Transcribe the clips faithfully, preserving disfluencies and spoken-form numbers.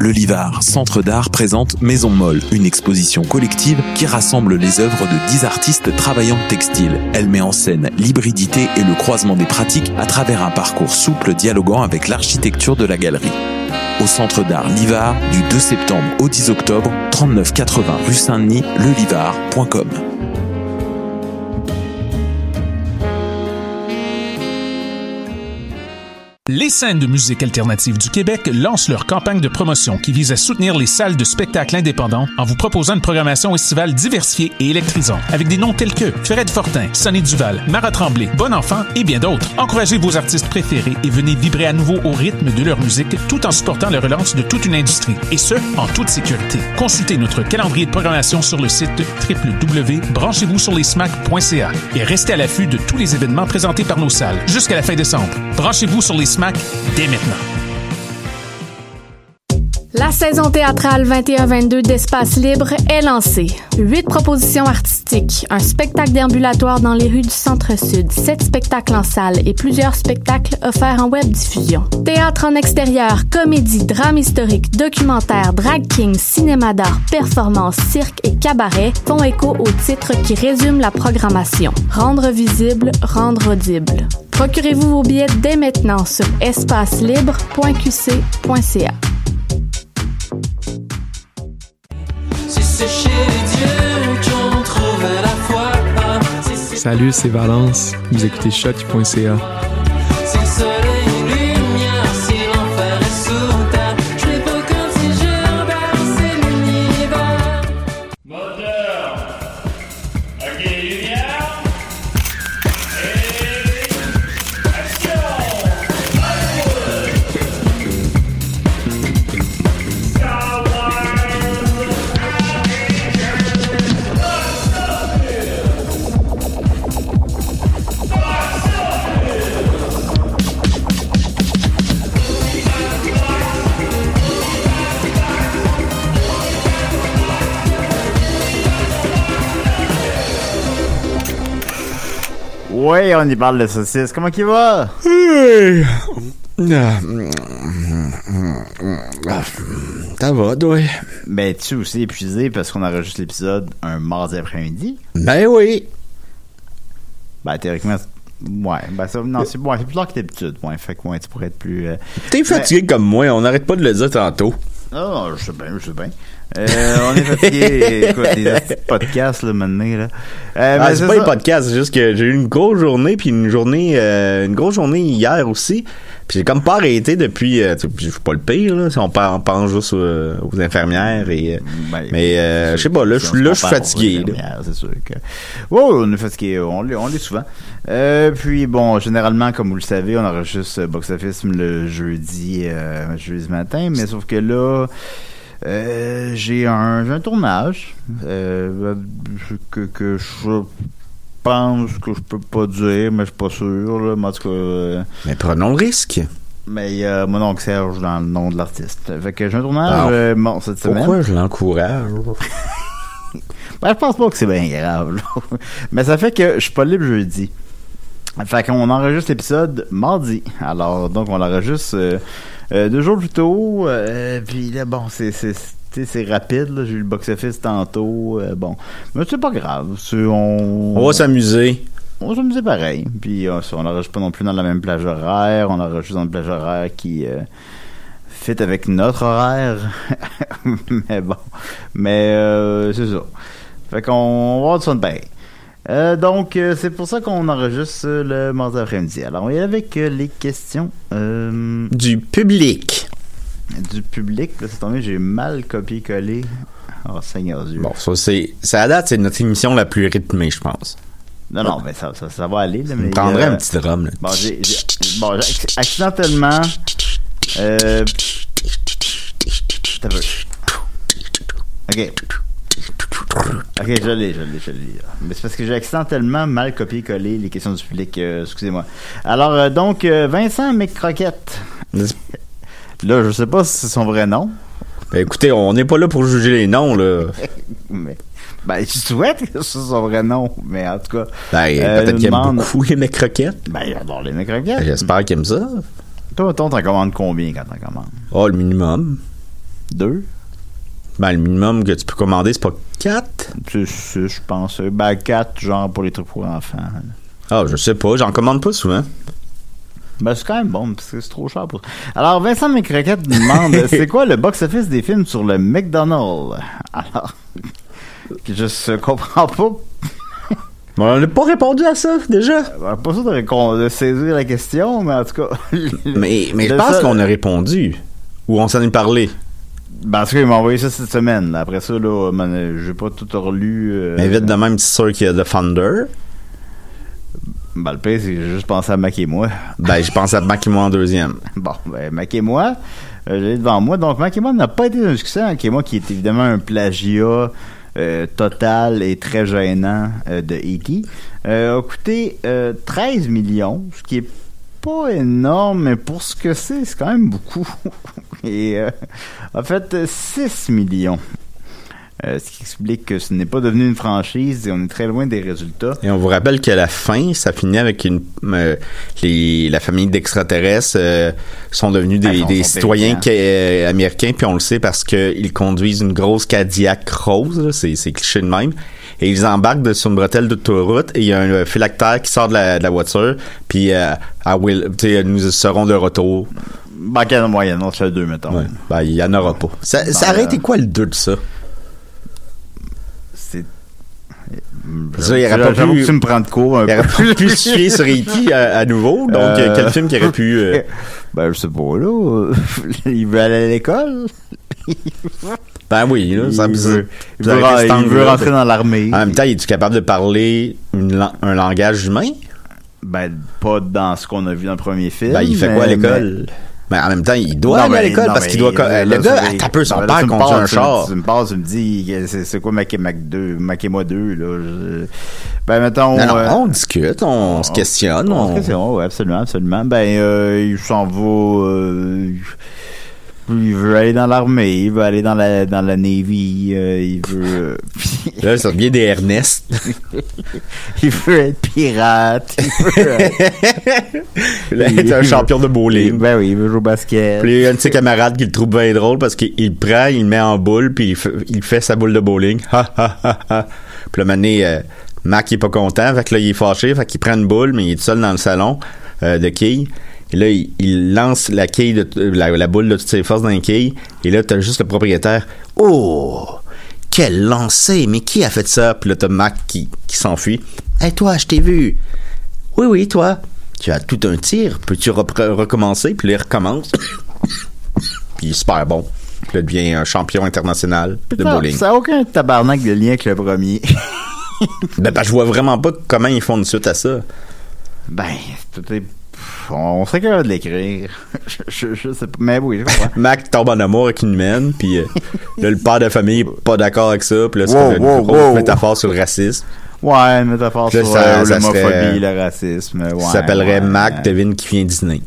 Le Livard, Centre d'art, présente Maison Molle, une exposition collective qui rassemble les œuvres de dix artistes travaillant le textile. Elle met en scène l'hybridité et le croisement des pratiques à travers un parcours souple dialoguant avec l'architecture de la galerie. Au Centre d'art Livard, du deux septembre au dix octobre, trente-neuf quatre-vingts rue Saint-Denis, le livard point com. Les scènes de musique alternative du Québec lancent leur campagne de promotion qui vise à soutenir les salles de spectacles indépendants en vous proposant une programmation estivale diversifiée et électrisante avec des noms tels que Fred Fortin, Sonny Duval, Mara Tremblay, Bon Enfant et bien d'autres. Encouragez vos artistes préférés et venez vibrer à nouveau au rythme de leur musique tout en supportant la relance de toute une industrie et ce, en toute sécurité. Consultez notre calendrier de programmation sur le site w w w point branchez vous sur les smack point c a et restez à l'affût de tous les événements présentés par nos salles jusqu'à la fin décembre. Branchez-vous sur les Smack dès maintenant. La saison théâtrale vingt et un vingt-deux d'Espace Libre est lancée. Huit propositions artistiques, un spectacle déambulatoire dans les rues du Centre-Sud, sept spectacles en salle et plusieurs spectacles offerts en web diffusion. Théâtre en extérieur, comédie, drame historique, documentaire, drag king, cinéma d'art, performance, cirque et cabaret font écho aux titres qui résument la programmation. Rendre visible, rendre audible. Procurez-vous vos billets dès maintenant sur espace libre point q c point c a. Salut, c'est Valence. Vous écoutez choc point c a. Oui, on y parle de saucisse. Comment qu'il va? Hey. Ça va, toi? Ben, tu aussi épuisé parce qu'on enregistre l'épisode un mardi après-midi? Ben oui. Ben, théoriquement, ouais. Ben, ça, non, c'est, ouais, c'est plus tard que d'habitude. Ouais, fait que, ouais, tu pourrais être plus. Euh... T'es fatigué ben... comme moi, on n'arrête pas de le dire tantôt. Ah, oh, je sais bien, je sais bien. Euh, on est fatigué. Écoute, des podcasts, là, maintenant, là. Euh, ah, c'est, c'est pas ça. Les podcasts, c'est juste que j'ai eu une grosse journée, puis une journée, euh, une grosse journée hier aussi. Puis j'ai comme pas arrêté depuis, euh, je suis pas le pire, là, si on pense juste aux, aux infirmières et, ben, mais, euh, je sais pas, là, je suis là, je suis fatigué, là. C'est sûr que, ouais, on est fatigué, on l'est, on l'est souvent. Euh, puis bon, généralement, comme vous le savez, on enregistre Box Office le jeudi, euh, jeudi matin, mais sauf que là, Euh, j'ai un j'ai un tournage euh, que que je pense que je peux pas dire, mais je suis pas sûr là, mais en tout cas euh, mais prenons le risque. Mais il y a mon oncle Serge dans le nom de l'artiste. Fait que j'ai un tournage ah, euh, bon cette semaine. Pourquoi je l'encourage? Ben je pense pas que c'est bien grave là. Mais ça fait que je suis pas libre jeudi. Fait qu'on enregistre l'épisode mardi. Alors donc on l'enregistre euh, Euh, deux jours plus tôt, euh, puis là, bon, c'est, c'est, c'est, c'est rapide, là, j'ai eu le box-office tantôt, euh, bon, mais c'est pas grave, c'est, on... On va s'amuser. On va s'amuser pareil, puis on n'enregistre pas non plus dans la même plage horaire, on enregistre dans une plage horaire qui euh, fit avec notre horaire, mais bon, mais euh, c'est ça, fait qu'on va avoir du fun pareil. Euh, donc, euh, c'est pour ça qu'on enregistre euh, le mardi après-midi. Alors, on y est avec euh, les questions euh, du public. Du public. Là, c'est tombé, j'ai mal copié-collé. Oh, Seigneur Dieu. Bon, ça, c'est, ça à date, c'est notre émission la plus rythmée, je pense. Non, non, ben, ça, ça, ça va aller. Là, mais on prendrait euh, un petit drum. Là. Bon, j'ai, j'ai, bon, j'ai accidentellement. Euh, t'as vu. Ok. Ok, je l'ai, je l'ai, je l'ai. Mais c'est parce que j'ai accidentellement mal copié-collé les questions du public. Euh, excusez-moi. Alors, euh, donc, euh, Vincent McCroquette. Là, je sais pas si c'est son vrai nom. Ben, écoutez, on n'est pas là pour juger les noms, là. mais, ben, je souhaite que ce soit son vrai nom, mais en tout cas. Ben, euh, peut-être qu'il aime beaucoup les McCroquettes. Ben, j'adore les McCroquettes. Ben, j'espère qu'il aime ça. Toi, toi, t'en commandes combien quand t'en commandes? Oh, le minimum. Deux? Ben, le minimum que tu peux commander, c'est pas quatre? C'est six, je pense. Ben, quatre, genre pour les trucs pour enfants. Ah, je sais pas, j'en commande pas souvent. Ben, c'est quand même bon, parce que c'est trop cher pour ça. Alors, Vincent McRoquette nous demande, c'est quoi le box-office des films sur le McDonald's? Alors, je comprends pas. Bon, on n'a pas répondu à ça, déjà. Ben, pas sûr de, de saisir la question, mais en tout cas... mais mais je pense ça, qu'on a répondu. Ou on s'en est parlé. Ben, en tout cas, il m'a envoyé ça cette semaine. Là. Après ça, là, man, j'ai pas tout relu. Euh... Mais vite de même, c'est sûr qu'il y a The Thunder. Ben, le pire, c'est que j'ai juste pensé à Mac et moi. Ben, je pense à Mac et moi en deuxième. Bon, ben, Mac et moi, euh, j'ai devant moi. Donc, Mac et moi n'a pas été un succès. Mac et moi, qui est évidemment un plagiat euh, total et très gênant euh, de E T, euh, a coûté euh, treize millions, ce qui est pas énorme, mais pour ce que c'est, c'est quand même beaucoup. Et euh, en fait, six millions. Euh, ce qui explique que ce n'est pas devenu une franchise et on est très loin des résultats. Et on vous rappelle qu'à la fin, ça finit avec une euh, les, la famille d'extraterrestres euh, sont devenus des, ah, des citoyens ca- euh, américains, puis on le sait parce qu'ils conduisent une grosse Cadillac rose, là, c'est, c'est cliché de même. Et ils embarquent de, sur une bretelle d'autoroute et il y a un euh, phylactère qui sort de la, de la voiture, puis euh, à Will, nous serons de retour. Ben, quelle moyenne, on se fait deux, mettons. Ouais. Ben, il n'y en aura pas. Ça, ben, ça aurait été quoi le deux de ça? C'est... Ça, il aurait pas pu... que tu me prends de cours un il aurait peu. pu se fier sur E T à, à nouveau. Donc, euh... quel film qui aurait pu... Euh... Ben, je sais pas, là. Il veut aller à l'école. Ben oui, là. Il, ça, veut, ça, il, veut, il, veut, il veut rentrer dans l'armée. En même temps, es-tu capable de parler une, un langage humain? Ben, pas dans ce qu'on a vu dans le premier film. Ben, il fait mais, quoi à l'école? Mais... Ben, en même temps, il doit non, aller mais, à l'école non, parce qu'il doit... Là, le gars, attends un peu, son père conduit un char. Tu me passes, tu me dis, c'est, c'est quoi Mac et Mac deux, Mac et moi deux, là? Je... Ben, mettons... Non, non, euh, on discute, on, on se questionne. On, on... se questionne, oui, absolument, absolument. Ben, euh, il s'en va... Euh, il veut aller dans l'armée, il veut aller dans la dans la Navy, euh, il veut... Là, ça devient des Ernest. Il veut être pirate. Il veut être il, un il champion veut, de bowling. Ben oui, il veut jouer au basket. Puis il y a un de ses camarades qui le trouve bien drôle parce qu'il il prend, il le met en boule, puis il fait, il fait sa boule de bowling. Ha, ha, ha, ha. Puis là, maintenant, euh, Mac, il est pas content, fait que là, il est fâché, fait qu'il prend une boule, mais il est tout seul dans le salon euh, de quilles. Et là, il, il lance la quille de, la, la boule de toutes ses forces dans les quilles. Et là, t'as juste le propriétaire. Oh! Quel lancer! Mais qui a fait ça? Puis là, t'as Mac qui, qui s'enfuit. Hey, toi, je t'ai vu. Oui, oui, toi. Tu as tout un tir. Peux-tu re- recommencer? Puis là, il recommence. Puis il est super bon. Puis là, il devient un champion international de ça, bowling. Ça n'a aucun tabarnak de lien avec le premier. ben, ben, je vois vraiment pas comment ils font une suite à ça. Ben, tout est... On serait capable de l'écrire. je, je, je sais pas. Mais oui, je comprends. Mac tombe en amour avec une humaine, puis euh, là, le père de famille est pas d'accord avec ça, puis là, c'est wow, une wow, grosse wow. métaphore sur le racisme. Ouais, une métaphore sur ça, euh, ça l'homophobie, serait, le racisme. Ouais, ça s'appellerait ouais, Mac ouais. devine qui vient Disney.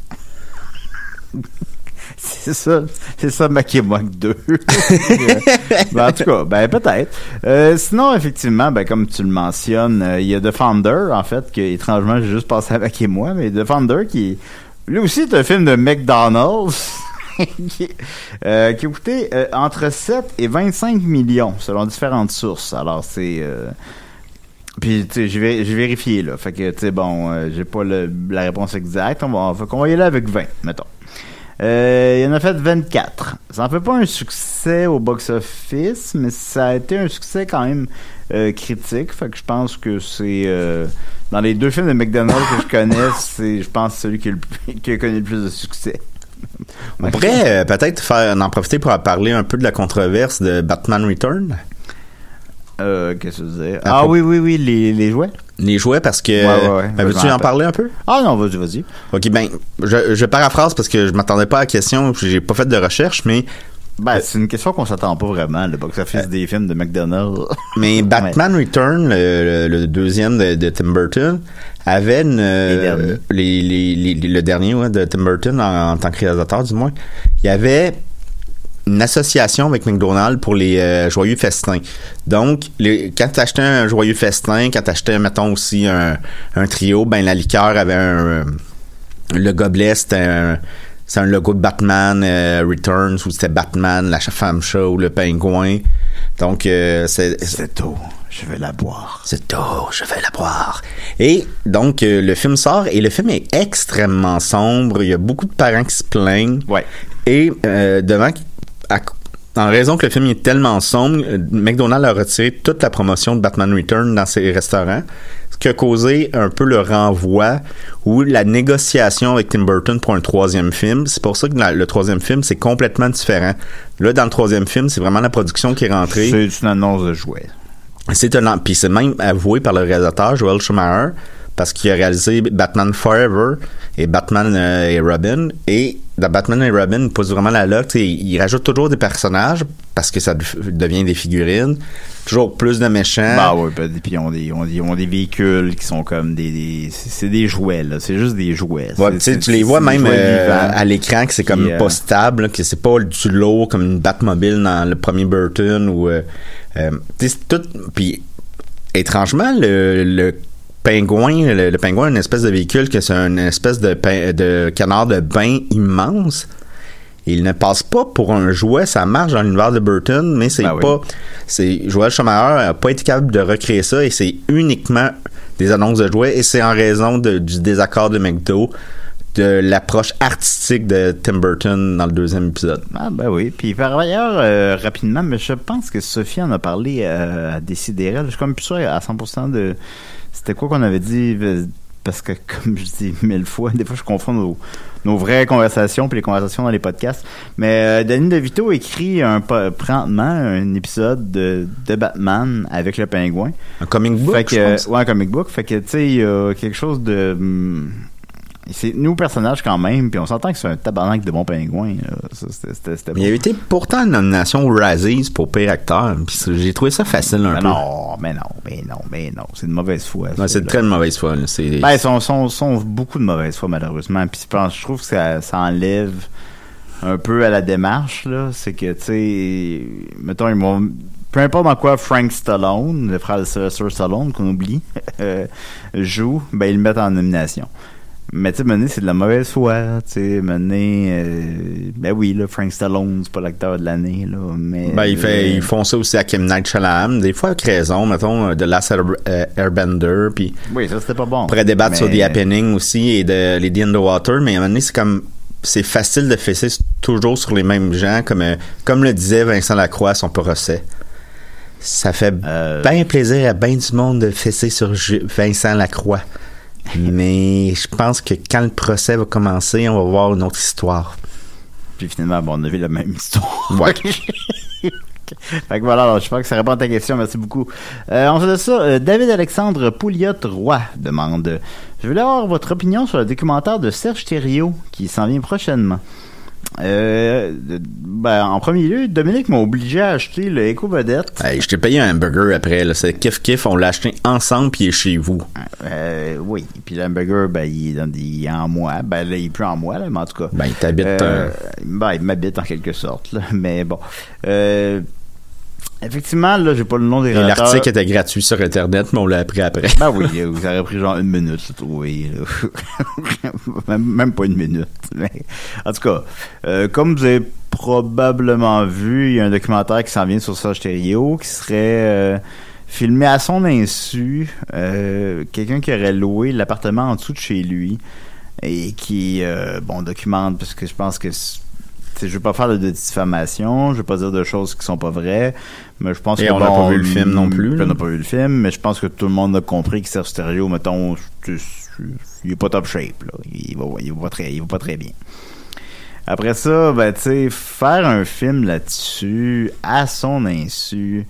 C'est ça, c'est ça Mac et Mac deux. Ben, en tout cas, ben peut-être. Euh, sinon, effectivement, ben comme tu le mentionnes, euh, il y a The Founder, en fait, que étrangement j'ai juste passé à Mac et moi, mais The Founder qui, lui aussi, est un film de McDonald's. qui, euh, qui a coûté euh, entre sept et vingt-cinq millions, selon différentes sources. Alors, c'est... Euh, puis, tu sais, j'ai, j'ai vérifié, là. Fait que, tu sais, bon, euh, j'ai pas le, la réponse exacte. On va, fait qu'on va y aller avec vingt, mettons. Euh, il en a fait vingt-quatre. Ça en fait pas un succès au box-office, mais ça a été un succès quand même euh, critique. Fait que je pense que c'est... Euh, dans les deux films de McDonald's que je connais, c'est, je pense, celui qui a, le, qui a connu le plus de succès. On pourrait euh, peut-être faire, en profiter pour parler un peu de la controverse de Batman Return. Euh, qu'est-ce que tu veux dire? Ah, ah oui, oui, oui, les, les jouets. Les jouets, parce que... Ouais, ouais, ouais. Ben, veux-tu en parler un peu? Ah non, vas-y, vas-y. OK, ben, je, je paraphrase parce que je m'attendais pas à la question, j'ai pas fait de recherche, mais... Ben, c'est une question qu'on s'attend pas vraiment, le box-office euh, des films de McDonald's. Mais Batman ouais. Return, le, le, le deuxième de, de Tim Burton, avait une... Euh, les, les, les, les, le dernier ouais, de Tim Burton, en, en tant que réalisateur du moins, il y avait... une association avec McDonald's pour les euh, joyeux festins. Donc, les, quand tu achetais un joyeux festin, quand tu achetais, mettons, aussi un, un trio, ben la liqueur avait un... Euh, le gobelet, c'était un, c'est un logo de Batman euh, Returns, ou c'était Batman, la femme chat ou le pingouin. Donc, euh, c'est... C'est tôt, je vais la boire. C'est tôt, je vais la boire. Et donc, euh, le film sort, et le film est extrêmement sombre. Il y a beaucoup de parents qui se plaignent. Ouais. Et euh, devant... À, en raison que le film est tellement sombre, McDonald's a retiré toute la promotion de Batman Returns dans ses restaurants, ce qui a causé un peu le renvoi ou la négociation avec Tim Burton pour un troisième film. C'est pour ça que la, le troisième film, c'est complètement différent. Là, dans le troisième film, c'est vraiment la production qui est rentrée. C'est une annonce de jouets. C'est un... Puis c'est même avoué par le réalisateur, Joel Schumacher, parce qu'il a réalisé Batman Forever et Batman euh, et Robin. Et dans Batman et Robin, il pousse vraiment la loque. Il rajoute toujours des personnages parce que ça devient des figurines. Toujours plus de méchants. Bah oui, puis ils ont des, ont des, ont des véhicules qui sont comme des... des c'est des jouets, là. C'est juste des jouets. Ouais, tu sais, tu les vois même euh, à l'écran que c'est comme puis, pas euh... stable, là, que c'est pas du lourd comme une Batmobile dans le premier Burton ou... Euh, euh, tu sais, c'est tout... Puis, étrangement, le... le pingouin, le, le pingouin a une espèce de véhicule que c'est une espèce de, de canard de bain immense. Il ne passe pas pour un jouet, ça marche dans l'univers de Burton, mais c'est ben pas... Oui. C'est, Joel Schumacher n'a pas été capable de recréer ça, et c'est uniquement des annonces de jouets, et c'est en raison de, du désaccord de McDo, de l'approche artistique de Tim Burton dans le deuxième épisode. Ah ben oui, puis par ailleurs, euh, rapidement, mais je pense que Sophie en a parlé euh, à Décidérel, je suis comme plus sûr à cent pour cent de... C'était quoi qu'on avait dit? Parce que, comme je dis mille fois, des fois, je confonds nos, nos vraies conversations puis les conversations dans les podcasts. Mais euh, Danny DeVito écrit un, présentement un épisode de, de Batman avec le pingouin. Un comic book, fait que, je pense. Ouais, un comic book. Fait que, tu sais, il y a quelque chose de... Hum, c'est nous personnages quand même, puis on s'entend que c'est un tabarnak de bon pingouin. Ça, c'était, c'était, c'était bon. Il y a eu été pourtant une nomination aux Razzies pour pire acteur, puis j'ai trouvé ça facile un mais peu. Non, mais non, mais non, mais non, c'est de mauvaise foi. Non, c'est de très de mauvaise foi. Là. C'est... Ben, ils sont, sont, sont beaucoup de mauvaise foi malheureusement. Puis je trouve que ça, ça enlève un peu à la démarche là. C'est que tu sais, mettons ils m'ont peu importe dans quoi Frank Stallone, le frère de Sylvester Stallone qu'on oublie, euh, joue, ben ils le mettent en nomination. Mais tu sais, Mené, c'est de la mauvaise foi, tu sais, Mené, euh, ben oui, là, Frank Stallone, c'est pas l'acteur de l'année, là, mais... Ben, il fait, euh, ils font ça aussi à Kim Night Shyamalan, des fois avec raison, mettons, de Last Air, Airbender, puis... Oui, ça, c'était pas bon. On pourrait débattre mais... sur The Happening aussi, et de Lady in the Water, mais à un moment donné, c'est comme... C'est facile de fesser toujours sur les mêmes gens, comme, euh, comme le disait Vincent Lacroix à son procès. Ça fait euh... bien plaisir à bien du monde de fesser sur Vincent Lacroix. Mais je pense que quand le procès va commencer, on va voir une autre histoire. Puis finalement, bon, on a vu la même histoire. Ouais. Fait que voilà, alors, je pense que ça répond à ta question. Merci beaucoup. Euh, ensuite de ça, euh, David-Alexandre Pouliot-Roy demande « Je voulais avoir votre opinion sur le documentaire de Serge Thériault qui s'en vient prochainement. » Euh, ben, en premier lieu, Dominique m'a obligé à acheter le Éco-Vedette. Hey, je t'ai payé un hamburger après, là. C'est kiff kiff, on l'a acheté ensemble puis il est chez vous. Euh, oui. Puis l'hamburger, ben, il est, dans des, il est en moi. Ben, là, il est plus en moi, là, mais en tout cas. Ben, il t'habite. Euh, euh... Ben, il m'habite en quelque sorte, là. Mais bon. Euh, effectivement, là, j'ai pas le nom des rédacteurs. L'article était gratuit sur Internet, mais on l'a appris après. Ben oui, vous aurez pris genre une minute, le trouver. même, même pas une minute. Mais, en tout cas, euh, comme vous avez probablement vu, il y a un documentaire qui s'en vient sur Serge Thériault qui serait euh, filmé à son insu. Euh, quelqu'un qui aurait loué l'appartement en dessous de chez lui et qui, euh, bon, documente, parce que je pense que... je veux pas faire de, de diffamation, je veux pas dire de choses qui sont pas vraies, mais je pense et que on n'a bon, pas vu le film non plus. On n'a pas vu le film, mais je pense que tout le monde a compris que Serge Thériault, mettons, il est pas top shape, là. Il va, il va pas très, il va pas très bien. Après ça, ben tu sais, faire un film là-dessus à son insu,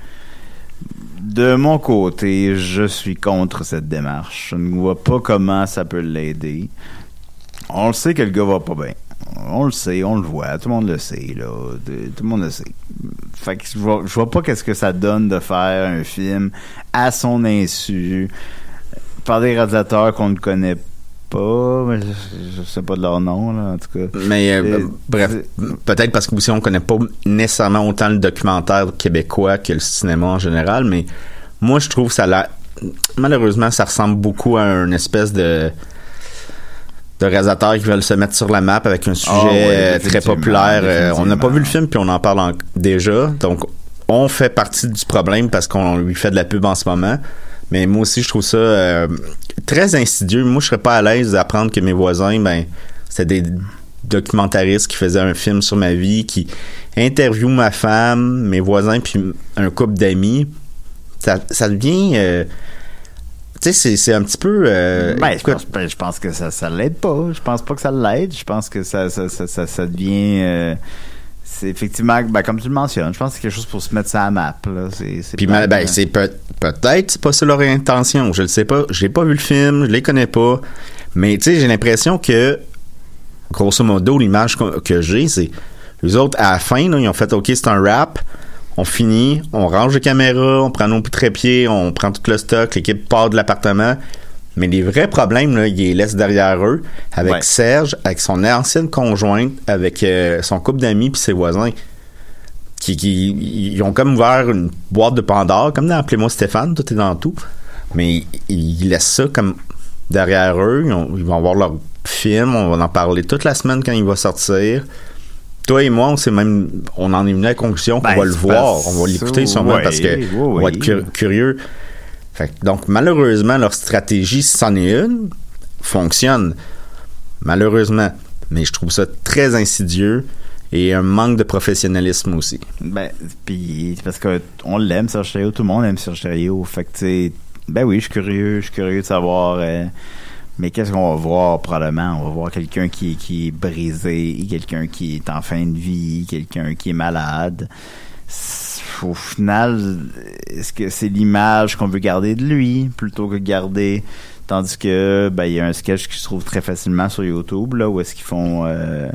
de mon côté, je suis contre cette démarche. Je ne vois pas comment ça peut l'aider. On le sait que le gars va pas bien. On le sait, on le voit, tout le monde le sait, là. De, tout le monde le sait. Fait que je vois, je vois pas qu'est-ce que ça donne de faire un film à son insu par des réalisateurs qu'on ne connaît pas, mais je, je sais pas de leur nom, là, en tout cas. Mais euh, bref, peut-être parce que aussi on connaît pas nécessairement autant le documentaire québécois que le cinéma en général, mais moi je trouve ça là, malheureusement ça ressemble beaucoup à une espèce de de réalisateurs qui veulent se mettre sur la map avec un sujet oh, ouais, euh, très populaire. Euh, on n'a pas vu le film puis on en parle en, déjà. Donc, on fait partie du problème parce qu'on lui fait de la pub en ce moment. Mais moi aussi, je trouve ça euh, très insidieux. Moi, je serais pas à l'aise d'apprendre que mes voisins, ben, c'était des documentaristes qui faisaient un film sur ma vie, qui interviewent ma femme, mes voisins, puis un couple d'amis. Ça, ça devient... Euh, tu sais, c'est, c'est un petit peu... Euh, ben, je pense, ben, je pense que ça ça l'aide pas. Je pense pas que ça l'aide. Je pense que ça ça, ça, ça, ça devient... Euh, c'est effectivement... Ben, comme tu le mentionnes, je pense que c'est quelque chose pour se mettre sur la map. Là. C'est, c'est Puis, ben, ben, c'est peut- peut-être c'est pas ça leur intention. Je le sais pas. J'ai pas vu le film. Je les connais pas. Mais, tu sais, j'ai l'impression que, grosso modo, l'image que, que j'ai, c'est... Les autres, à la fin, là, ils ont fait « OK, c'est un rap. » On finit, on range les caméras, on prend nos trépieds, on prend tout le stock, l'équipe part de l'appartement. Mais les vrais problèmes, là, ils les laissent derrière eux, avec ouais. Serge, avec son ancienne conjointe, avec euh, son couple d'amis puis ses voisins. Qui, qui ils ont comme ouvert une boîte de Pandore, comme dans Appelez-moi Stéphane, tout est dans tout. Mais ils, ils laissent ça comme derrière eux. Ils, ont, ils vont avoir leur film, on va en parler toute la semaine quand il va sortir. Toi et moi, on s'est même, on en est venu à la conclusion qu'on ben, va le voir, on va l'écouter sûrement ouais, parce que ouais, on va être cur- curieux. Fait, donc, malheureusement, leur stratégie, si c'en est une, fonctionne. Malheureusement. Mais je trouve ça très insidieux et un manque de professionnalisme aussi. Ben, puis parce que on l'aime, Serge Thériault, tout le monde aime Serge Thériault. Fait que, tu sais, ben oui, je suis curieux, je suis curieux de savoir... Euh, mais qu'est-ce qu'on va voir probablement? On va voir quelqu'un qui, qui est brisé, quelqu'un qui est en fin de vie, quelqu'un qui est malade. Au final, est-ce que c'est l'image qu'on veut garder de lui plutôt que garder... Tandis que ben il y a un sketch qui se trouve très facilement sur YouTube, là, où est-ce qu'ils font... Euh,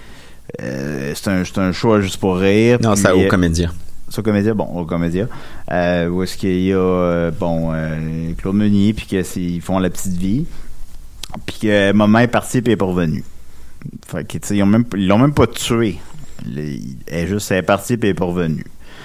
euh, c'est, un, c'est un choix juste pour rire. Non, c'est au Comédia. C'est au Comédia, bon, au Comédia. Euh, où est-ce qu'il y a, euh, bon, euh, Claude Meunier, puis qu'ils font La Petite Vie. Puis que maman est partie puis elle est pas revenue. Fait que, tu sais, ils ont même, ils l'ont même pas tué. Elle est juste, elle est partie puis elle est pas revenue.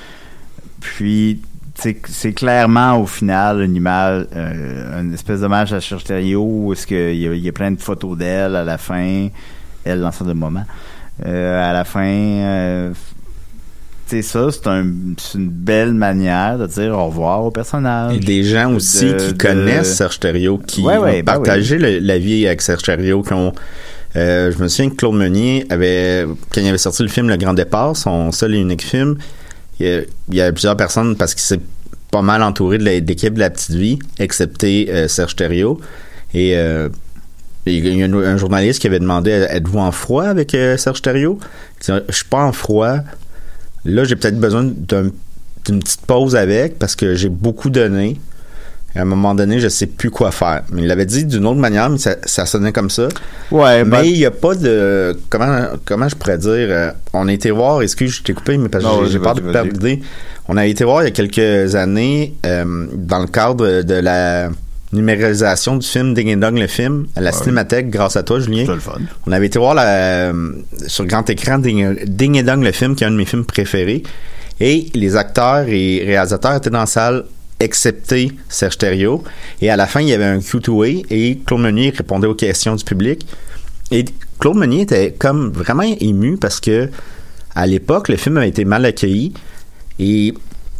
Puis, c'est, c'est clairement, au final, une image, euh, une espèce d'hommage à Serge Thériault où est-ce qu'il y a, il y a plein de photos d'elle à la fin, elle dans ce moment. Euh, à la fin, euh, c'est ça, c'est, un, c'est une belle manière de dire au revoir au personnage. Et des gens aussi de, qui de... connaissent Serge Thériault, qui ouais, ouais, ont ben partagé oui. le, la vie avec Serge Thériault, qui ont... Euh, je me souviens que Claude Meunier avait, quand il avait sorti le film Le Grand Départ, son seul et unique film, il y a, il y a plusieurs personnes, parce qu'il s'est pas mal entouré de, la, de l'équipe de La Petite Vie, excepté euh, Serge Thériault. Et euh, il y a un, un journaliste qui avait demandé « Êtes-vous en froid avec euh, Serge Thériault? » Il dit « Je suis pas en froid. Là, j'ai peut-être besoin d'un, d'une petite pause avec parce que j'ai beaucoup donné. Et à un moment donné, je sais plus quoi faire. » Mais il l'avait dit d'une autre manière, mais ça, ça sonnait comme ça. Ouais, mais il ben... n'y a pas de... Comment, comment je pourrais dire? Euh, on a été voir... Excuse, je t'ai coupé, mais parce que non, j'ai, j'ai peur de perdre l'idée. On a été voir il y a quelques années, euh, dans le cadre de la numérisation du film Ding et Dong le film, à la ouais. Cinémathèque, grâce à toi, Julien. C'est le fun. On avait été voir la, sur grand écran Ding, Ding et Dong le film, qui est un de mes films préférés. Et les acteurs et réalisateurs étaient dans la salle, excepté Serge Thériault. Et à la fin, il y avait un Q and A et Claude Meunier répondait aux questions du public. Et Claude Meunier était comme vraiment ému parce que à l'époque, le film avait été mal accueilli et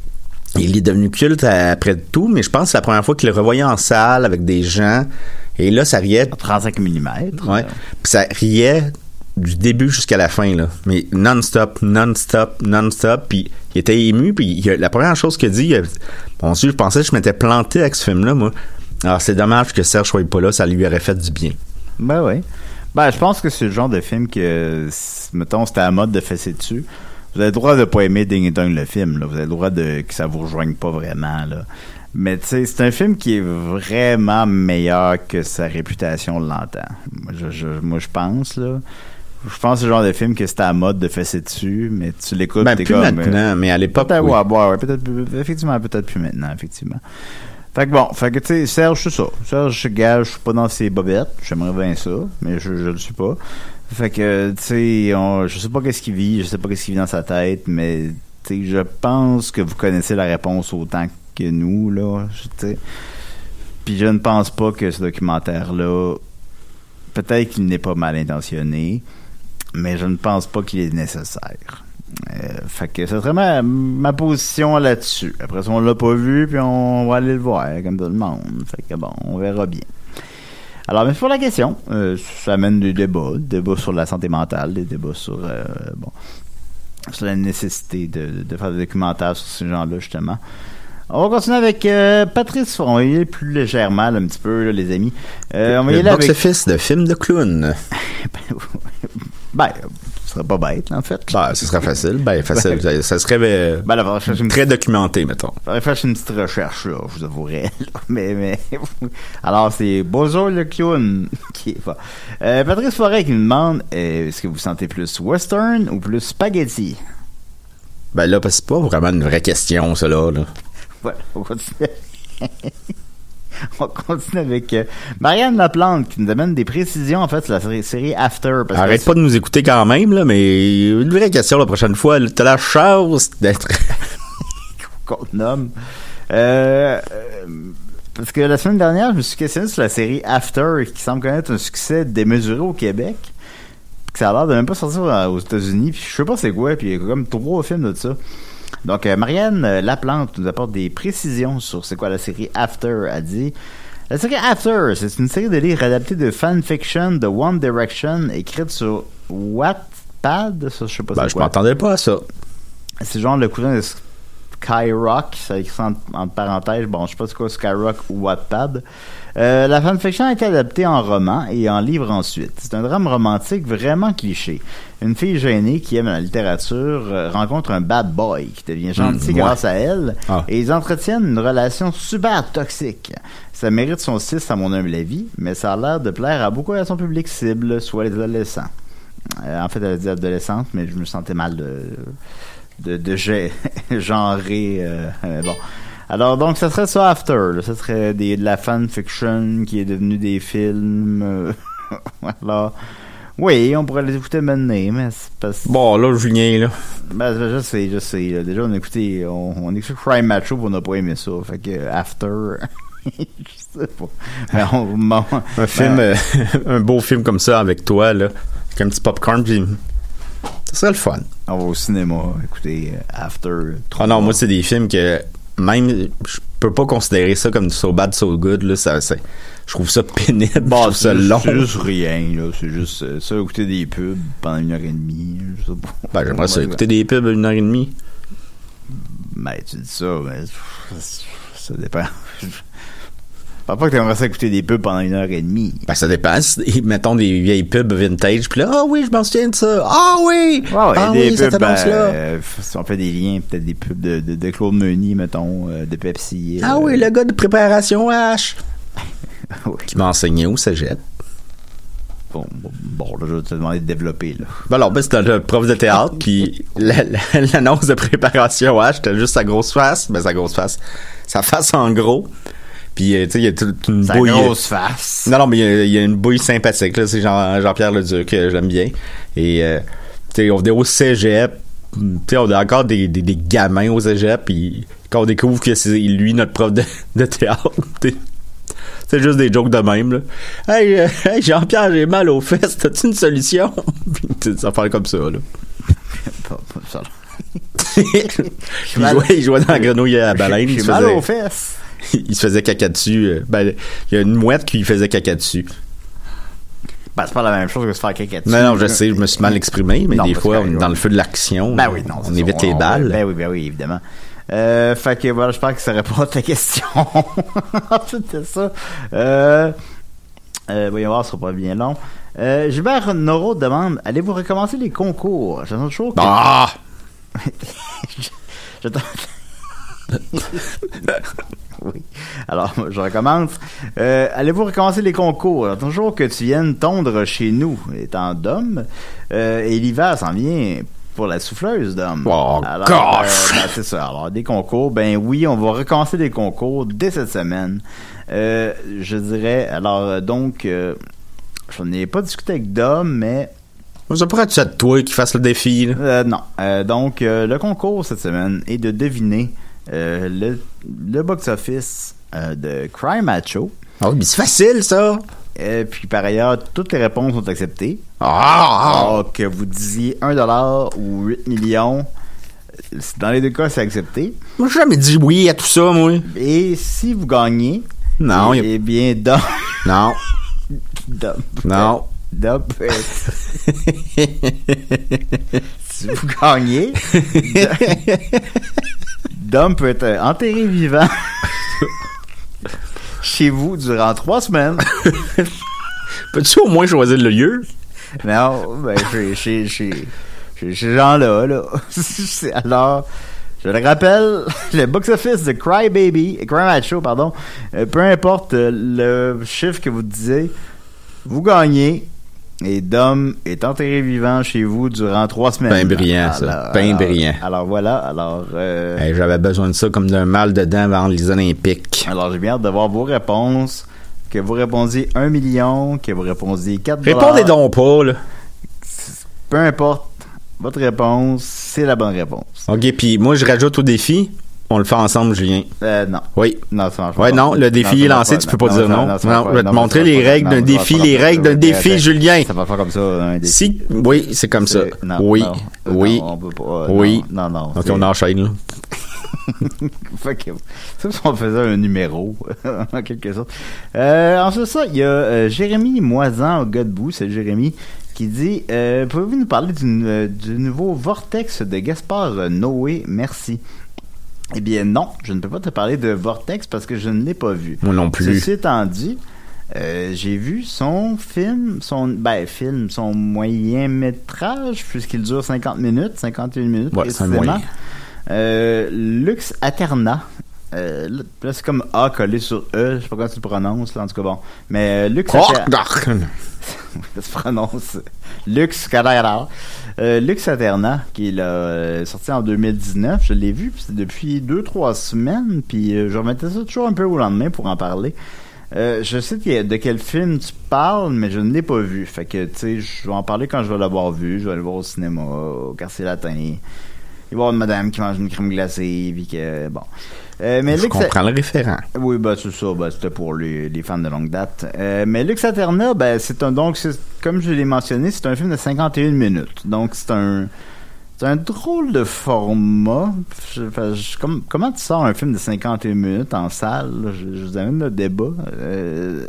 il est devenu culte après tout, mais je pense que c'est la première fois qu'il le revoyait en salle avec des gens. Et là, ça riait... trente-cinq millimètres. Ouais. Puis ça riait du début jusqu'à la fin, là. Mais non-stop, non-stop, non-stop. Puis il était ému. Puis il a, la première chose qu'il a dit, il a, bon, je pensais que je m'étais planté avec ce film-là, moi. Alors, c'est dommage que Serge soit pas là, ça lui aurait fait du bien. Ben oui. Ben, je pense que c'est le genre de film que, mettons, c'était à la mode de fesser dessus. Vous avez le droit de pas aimer Ding et Dong le film, là. Vous avez le droit de que ça vous rejoigne pas vraiment, là. Mais tu sais, c'est un film qui est vraiment meilleur que sa réputation l'entend. Moi, je, je, moi, je pense, là. Je pense que c'est le genre de film que c'était à la mode de fesser dessus, mais tu l'écoutes, ben, t'es plus comme... maintenant, euh, mais à l'époque, peut-être, oui. ouais, ouais, ouais, peut-être, effectivement, peut-être plus maintenant, effectivement. Fait que bon, fait que tu sais, Serge, c'est ça. Serge, je gage, je suis pas dans ses bobettes. J'aimerais bien ça, mais je, je le suis pas. Fait que, tu sais, je sais pas qu'est-ce qu'il vit, je sais pas qu'est-ce qu'il vit dans sa tête, mais, tu sais, je pense que vous connaissez la réponse autant que nous, là, tu sais. Puis je ne pense pas que ce documentaire-là peut-être qu'il n'est pas mal intentionné, mais je ne pense pas qu'il est nécessaire. Euh, fait que ce serait ma, ma position là-dessus. Après ça, on l'a pas vu, puis on va aller le voir, comme tout le monde. Fait que bon, on verra bien. Alors, mais pour la question, euh, ça amène des débats, des débats sur la santé mentale, des débats sur, euh, bon, sur la nécessité de, de faire des documentaires sur ces gens-là, justement. On va continuer avec euh, Patrice. On va y aller plus légèrement, là, un petit peu, là, les amis. Euh, on va y aller le avec... box-office de film de clown. ben, ce serait pas bête, en fait. Ben, ce serait facile. Ben, facile. ça, ça serait euh, ben, là, une... très documenté, mettons. Il faudrait faire une petite recherche, là, je vous avouerai. Là. Mais, mais... Alors, c'est Bonjour le clown qui est pas. Euh, Patrice Forêt qui nous demande euh, est-ce que vous sentez plus western ou plus spaghetti? Ben là, c'est pas vraiment une vraie question, ça, là. là. Voilà, on continue. On continue avec euh, Marianne Laplante qui nous amène des précisions en fait sur la série, série After. Parce Arrête que pas de nous écouter quand même, là, mais une vraie question la prochaine fois. T'as la chance d'être... qu'on te nomme. Euh, euh, parce que la semaine dernière, je me suis questionné sur la série After qui semble connaître un succès démesuré au Québec. Puis que ça a l'air de même pas sortir aux États-Unis. Puis je sais pas c'est quoi. Puis il y a comme trois films de ça. Donc, euh, Marianne euh, Laplante nous apporte des précisions sur c'est quoi la série After. A dit la série After, c'est une série de livres adaptés de fanfiction de One Direction écrite sur Wattpad. Ça, je sais pas ben, c'est je quoi. m'entendais pas à ça. C'est genre le cousin de Skyrock, ça écrit ça entre, entre parenthèses. Bon, je sais pas c'est quoi Skyrock ou Wattpad. Euh, la fanfiction a été adaptée en roman et en livre ensuite. C'est un drame romantique vraiment cliché. Une fille gênée qui aime la littérature euh, rencontre un bad boy qui devient gentil mmh, grâce ouais. à elle ah. et ils entretiennent une relation super toxique. Ça mérite son six à mon humble avis, mais ça a l'air de plaire à beaucoup à son public cible, soit les adolescents. Euh, en fait, elle a dit adolescente, mais je me sentais mal de de, de g- genrer. Euh, euh, bon. Alors, donc, ça serait ça After. Là. Ça serait des, de la fanfiction qui est devenue des films. Euh, alors, oui, on pourrait les écouter maintenant, mais c'est pas... Bon, là, Julien, là. Ben, je sais, je sais. Là. Déjà, on a écouté... On, on a écouté Crime Macho, puis on n'a pas aimé ça. Fait que After... je sais pas. Mais on, bon, un ben, film... Euh, un beau film comme ça, avec toi, là. Avec un petit popcorn, puis... Ça serait le fun. On va au cinéma, écouter After... Ah non, moi, c'est des films que... Même, je peux pas considérer ça comme So Bad, So Good, là, ça, c'est, je trouve ça pénible, bon, je trouve ça long. C'est juste rien, là, c'est juste euh, ça, écouter des pubs pendant une heure et demie, je sais pas. Ben, j'aimerais ça, écouter des pubs une heure et demie. Ben, tu dis ça, mais ça dépend. Je pense pas que t'aimerais ça écouter des pubs pendant une heure et demie. Ben, ça dépend. Mettons des vieilles pubs vintage, puis là, ah oh, oui, je m'en souviens de ça. Ah oh, oui! Ah ouais, ah des oui, pubs, cette annonce-là. Euh, si on fait des liens, peut-être des pubs de, de, de Claude Meunier, mettons, euh, de Pepsi. Ah euh, oui, le gars de préparation H. oui. Qui m'a enseigné au cégep. Bon, bon, bon, là, je vais te demander de développer, là. Ben alors, ben, c'était le prof de théâtre, puis la, la, l'annonce de préparation H, c'était juste sa grosse face. Ben, sa grosse face. Sa face en gros. Puis, euh, tu sais, il y a toute une sa bouille. Sa grosse face. Non, non, mais il y, y a une bouille sympathique, là. C'est Jean, Jean-Pierre Leduc, que j'aime bien. Et, euh, tu sais, on est au cégep. Tu sais, on a encore des, des, des gamins au cégep. Puis, quand on découvre que c'est lui, notre prof de, de théâtre, c'est juste des jokes de même, là. Hey, euh, hey Jean-Pierre, j'ai mal aux fesses. T'as-tu une solution? Puis, ça fait comme ça, là. il, jouait, il jouait dans la grenouille à la baleine. J'ai mal aux fesses. Il se faisait caca dessus. Ben, il y a une mouette qui lui faisait caca dessus. Ben, c'est pas la même chose que se faire caca dessus. Non, non, je sais, je me suis mal exprimé, mais non, des fois, on est dans le feu de l'action. Ben oui, non. On évite ça, les on, balles. Ben oui, ben oui, évidemment. Euh, fait que voilà, j'espère que ça répond à ta question. C'était ça. Euh, euh, voyons voir, ce sera pas bien long. Euh, Gilbert Noro demande, allez-vous recommencer les concours? J'attends toujours que... Ah! J'attends... oui. Alors, je recommence. Euh, allez-vous recommencer les concours? Alors, toujours que tu viennes tondre chez nous, étant d'homme, euh, et l'hiver s'en vient pour la souffleuse d'homme. Oh, alors, gosh! Euh, ben, c'est ça. Alors, des concours, ben oui, on va recommencer des concours dès cette semaine. Euh, je dirais, alors, donc, euh, je n'ai pas discuté avec Dom, mais... Ça pourrait être ça de toi qui fasse le défi, là. Euh, non. Euh, donc, euh, le concours cette semaine est de deviner Euh, le, le box-office euh, de Cry Macho. Ah oui, mais c'est facile, ça! Euh, puis par ailleurs, toutes les réponses sont acceptées. Ah! Alors que vous disiez un dollar ou huit millions, dans les deux cas, c'est accepté. Moi, j'ai jamais dit oui à tout ça, moi. Et si vous gagnez, Non, eh, y a... eh bien, Dom... Non. Dom... Non. Dom... si vous gagnez, Dom peut être enterré vivant chez vous durant trois semaines. Peux-tu au moins choisir le lieu? Non, ben, chez, chez, chez, chez ces gens-là, là. Alors, je le rappelle, le box-office de Cry Baby, Cry Macho, pardon, euh, peu importe euh, le chiffre que vous disiez, vous gagnez. Et Dom est enterré vivant chez vous durant trois semaines. Ben brillant, ça. Ben brillant. Alors voilà, alors... Euh, hey, j'avais besoin de ça comme d'un mal de dents avant les Olympiques. Alors j'ai bien hâte de voir vos réponses. Que vous répondiez un million, que vous répondiez quatre dollars. Répondez donc pas, là. Peu importe votre réponse, c'est la bonne réponse. OK, puis moi, je rajoute au défi. On le fait ensemble, Julien. Euh, non. Oui. Non, ça marche pas. Ouais, non, le défi non, est lancé, tu peux pas non, dire non. non. Non, non, je vais te non, montrer les règles d'un défi, les règles d'un défi, Julien. Ça va faire comme ça, un défi. Si, oui, c'est comme ça. Non, oui, non, oui, non, on peut pas, oui. Non, non. non OK, on enchaîne, là. Fait que, c'est comme si on faisait un numéro, en quelque sorte. Euh, ensuite ça, il y a euh, Jérémy Moisan au Godbout, c'est Jérémy, qui dit euh, pouvez-vous nous parler du, euh, du nouveau Vortex de Gaspard Noé? Merci. Eh bien non, je ne peux pas te parler de Vortex parce que je ne l'ai pas vu. Moi non plus. Ceci étant dit, euh, j'ai vu son film, son ben film, son moyen métrage puisqu'il dure cinquante minutes, cinquante et une minutes ouais, c'est un précisément. moyen. Euh, Lux Aeterna. Euh, là, c'est comme A collé sur E. Je sais pas comment tu le prononces, là, en tout cas, bon. Mais euh, Lux Aeterna. Ça se prononce. Lux Aeterna. Euh, Lux Aeterna, qui est là, euh, sorti en deux mille dix-neuf. Je l'ai vu, puis c'est depuis deux trois semaines. Puis euh, je remettais ça toujours un peu au lendemain pour en parler. Euh, je sais de quel film tu parles, mais je ne l'ai pas vu. Fait que, tu sais, je vais en parler quand je vais l'avoir vu. Je vais aller le voir au cinéma, au Quartier Latin. Il va y avoir une madame qui mange une crème glacée, puis que, bon. Euh, mais je Lux comprends le référent. Oui, ben, c'est ça, ben, c'était pour les, les fans de longue date. Euh, mais Lux Aeterna, ben, c'est un, donc, c'est, comme je l'ai mentionné, c'est un film de cinquante et une minutes. Donc, c'est un, c'est un drôle de format. Je, je, comme, comment tu sors un film de cinquante et une minutes en salle? Là? Je, je vous amène le débat. Euh,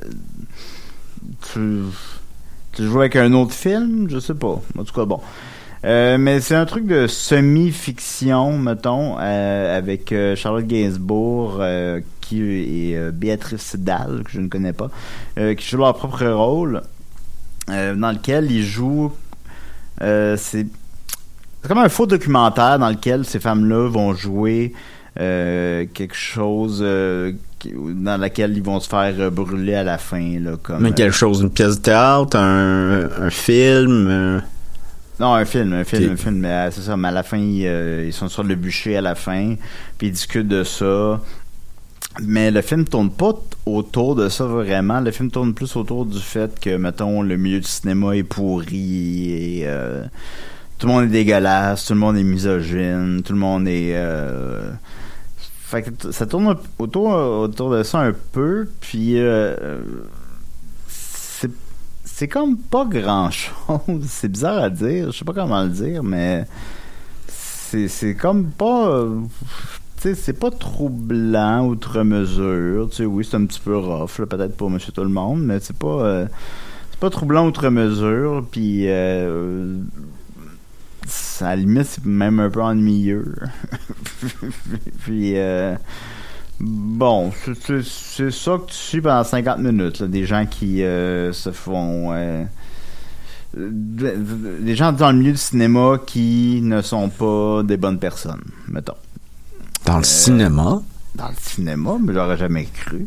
tu, tu joues avec un autre film? Je sais pas. En tout cas, bon. Euh, mais c'est un truc de semi-fiction, mettons, euh, avec euh, Charlotte Gainsbourg euh, qui et euh, Béatrice Dalle, que je ne connais pas, euh, qui jouent leur propre rôle, euh, dans lequel ils jouent... Euh, c'est, c'est comme un faux documentaire dans lequel ces femmes-là vont jouer euh, quelque chose euh, qui, dans laquelle ils vont se faire euh, brûler à la fin. Là, comme, Mais quelque chose, une pièce de théâtre, un, un film... Euh... Non, un film, un film, okay. un film. Mais, euh, c'est ça, mais à la fin, ils, euh, ils sont sur le bûcher à la fin, puis ils discutent de ça. Mais le film tourne pas t- autour de ça vraiment. Le film tourne plus autour du fait que, mettons, le milieu du cinéma est pourri et euh, tout le monde est dégueulasse, tout le monde est misogyne, tout le monde est... Euh... Fait que t- ça tourne autour, autour de ça un peu, puis... Euh, c'est C'est comme pas grand-chose. C'est bizarre à dire. Je sais pas comment le dire, mais c'est, c'est comme pas... Euh, tu sais, c'est pas troublant outre mesure. Tu sais, oui, c'est un petit peu rough, là, peut-être pour monsieur tout le monde, mais c'est pas... Euh, c'est pas troublant outre mesure, puis... Euh, à la limite, c'est même un peu ennuyeux. puis... Euh, Bon, c'est, c'est, c'est ça que tu suis pendant cinquante minutes, là, des gens qui euh, se font... Euh, des gens dans le milieu du cinéma qui ne sont pas des bonnes personnes, mettons. Dans le euh, cinéma? Dans le cinéma, mais j'aurais jamais cru.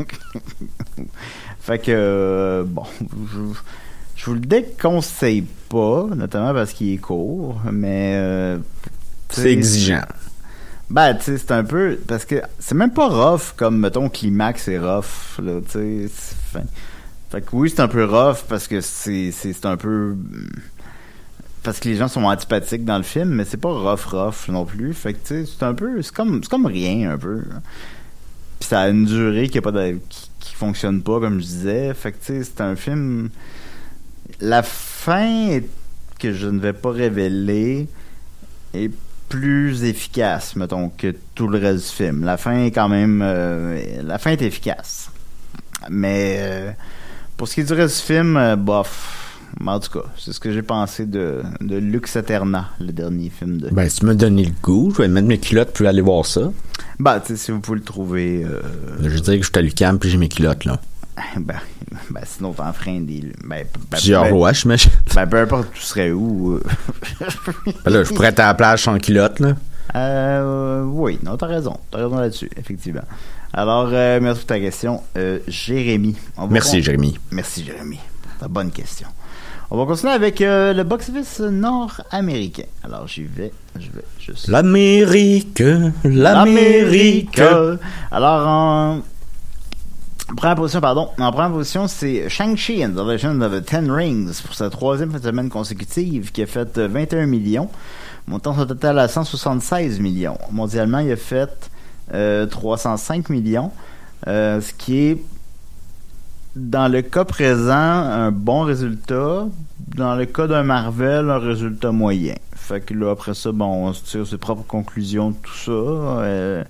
Fait que, euh, bon, je, je vous le déconseille pas, notamment parce qu'il est court, mais... Euh, c'est exigeant. Ben, tu sais, c'est un peu... Parce que c'est même pas rough comme, mettons, Climax est rough, là, tu sais. Fait, fait que oui, c'est un peu rough parce que c'est, c'est, c'est un peu... Parce que les gens sont antipathiques dans le film, mais c'est pas rough, rough non plus. Fait que, tu sais, c'est un peu... C'est comme, c'est comme rien, un peu. Puis ça a une durée qui a pas de... Qui, qui fonctionne pas, comme je disais. Fait que, tu sais, c'est un film... La fin est... que je ne vais pas révéler est plus efficace, mettons, que tout le reste du film. La fin est quand même... Euh, la fin est efficace. Mais euh, pour ce qui est du reste du film, euh, bof... En tout cas, c'est ce que j'ai pensé de, de Lux Aeterna, le dernier film de... Ben, si tu m'as donné le goût, je vais mettre mes culottes puis aller voir ça. Ben, tu sais, si vous pouvez le trouver... Euh... Je dirais que je suis à l'U Q A M puis j'ai mes culottes, là. Ben, ben sinon, t'en freins des... Ben, ben, Plusieurs ben, ouais, je m'achète. Ben, peu importe, tu serais où... Euh... ben là, je pourrais être à la plage sans culotte, là. Euh, oui, non, t'as raison. T'as raison là-dessus, effectivement. Alors, euh, merci pour ta question. Euh, Jérémy. Merci, con... Jérémy. Merci, Jérémy. C'est une bonne question. On va continuer avec euh, le box-office nord-américain. Alors, j'y vais. Je vais juste... L'Amérique, l'Amérique. Alors, en première position, pardon. En première position, c'est Shang-Chi and the Legend of the Ten Rings pour sa troisième fin de semaine consécutive qui a fait vingt et un millions, montant son total à cent soixante-seize millions. Mondialement, il a fait euh, trois cent cinq millions, euh, ce qui est dans le cas présent, un bon résultat. Dans le cas d'un Marvel, un résultat moyen. Fait que là, après ça, bon, on se tire ses propres conclusions de tout ça. Euh,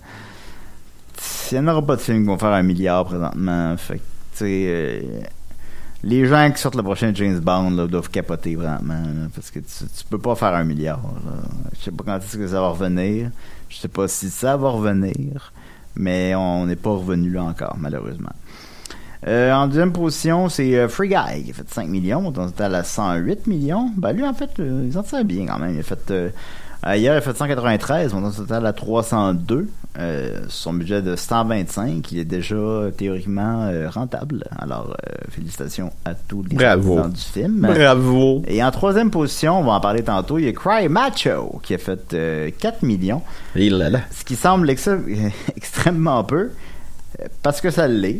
il n'y en aura pas de films qui vont faire un milliard présentement. Fait que, tu sais, euh, les gens qui sortent le prochain James Bond là, doivent capoter vraiment. Là, parce que tu, tu peux pas faire un milliard. Je sais pas quand est-ce que ça va revenir. Je sais pas si ça va revenir. Mais on n'est pas revenu là encore, malheureusement. Euh, en deuxième position, c'est euh, Free Guy qui a fait cinq millions, montant total à cent huit millions. Ben lui, en fait, euh, il s'en tire bien quand même. Il a fait euh, hier, il a fait cent quatre-vingt-treize, montant total à trois cent deux. Euh, son budget de cent vingt-cinq, il est déjà euh, théoriquement euh, rentable. Alors, euh, félicitations à tous les Bravo. du film. Bravo. Et en troisième position, on va en parler tantôt, il y a Cry Macho qui a fait euh, quatre millions. Et là là. Ce qui semble ex- extrêmement peu, parce que ça l'est.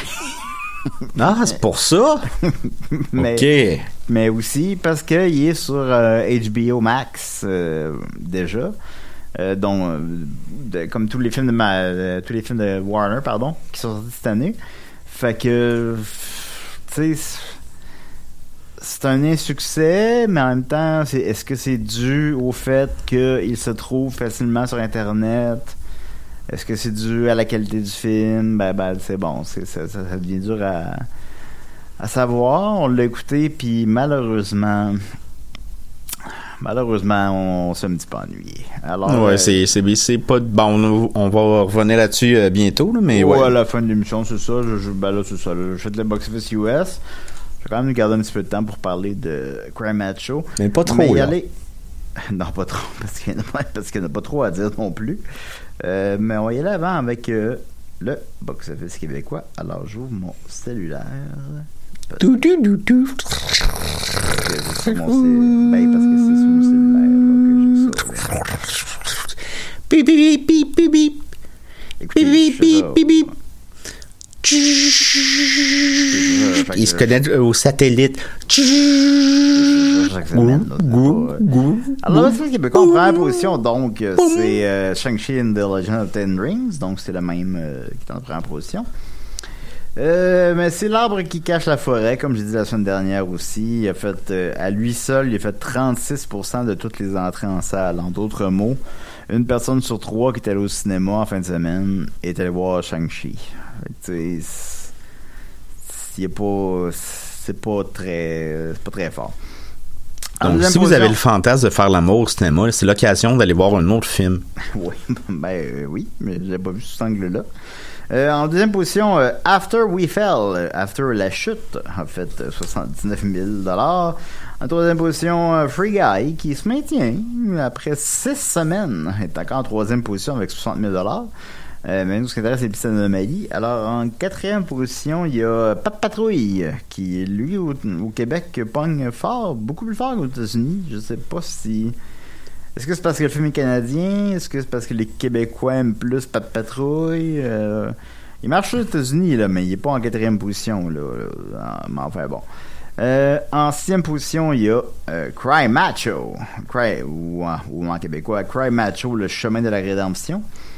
Ah, c'est pour ça? mais, OK. Mais aussi parce qu'il est sur euh, H B O Max euh, déjà. Euh, dont, euh, de, comme tous les films de ma, euh, tous les films de Warner, pardon, qui sont sortis cette année. Fait que, tu sais, c'est un insuccès, mais en même temps, c'est, est-ce que c'est dû au fait qu'il se trouve facilement sur Internet? Est-ce que c'est dû à la qualité du film? Ben, ben c'est bon, c'est, ça, ça, ça devient dur à, à savoir. On l'a écouté, puis malheureusement, malheureusement, on, on s'est un petit peu ennuyé. Alors, ouais, euh, c'est, c'est, c'est pas... Bon, on, on va revenir là-dessus euh, bientôt, là, mais ouais. ouais. À la fin de l'émission, c'est ça. Je, je, ben là, c'est ça. Là, je fais de la box-office U S. Je vais quand même nous garder un petit peu de temps pour parler de Cry Macho. Mais pas trop, mais y là. aller... Non, pas trop, parce qu'il n'y en, a pas trop à dire non plus. Euh, mais on va y aller avant avec euh, le box-office québécois. Alors, j'ouvre mon cellulaire. Tout, tout, tout, tout. C'est sur mon cellulaire. Ben, parce que c'est sur mon cellulaire là, que j'ai ça. Là. Bip, bip, bip, bip, bip. Écoutez, Bip, bip, bip, bip. Je- Il se connecte au satellite. chaque semaine, là, euh, Alors, c'est québécois en première position, donc euh, c'est euh, Shang-Chi and the Legend of Ten Rings, donc c'est le même euh, qui est en première position. Euh, mais c'est l'arbre qui cache la forêt, comme j'ai dit la semaine dernière aussi. Il a fait, euh, à lui seul, il a fait trente-six pour cent de toutes les entrées en salle. En d'autres mots, une personne sur trois qui est allée au cinéma en fin de semaine est allée voir Shang-Chi. Tu sais, c'est pas, c'est pas très, c'est pas très fort. En Donc, deuxième si vous position- avez le fantasme de faire l'amour au cinéma, c'est l'occasion d'aller voir un autre film. Oui, ben euh, oui, mais j'ai pas vu sous cet angle-là. Euh, en deuxième position, euh, After We Fell, euh, After la chute, a fait euh, soixante-dix-neuf mille dollars. En troisième position, euh, Free Guy, qui se maintient après six semaines, est encore en troisième position avec soixante mille dollars. Euh, mais nous, ce qui intéresse, c'est Petite Anomalie. Alors, en quatrième position, il y a Pat Patrouille, qui, lui, au, au Québec, pogne fort, beaucoup plus fort qu'aux États-Unis. Je sais pas si... Est-ce que c'est parce que le film est canadien? Est-ce que c'est parce que les Québécois aiment plus Pat Patrouille? Euh, il marche aux États-Unis, là, mais il est pas en quatrième position, là. là. Mais enfin, bon. Euh, en sixième position, il y a euh, Cry Macho. Cry, ou, ou en québécois, Cry Macho, le chemin de la rédemption.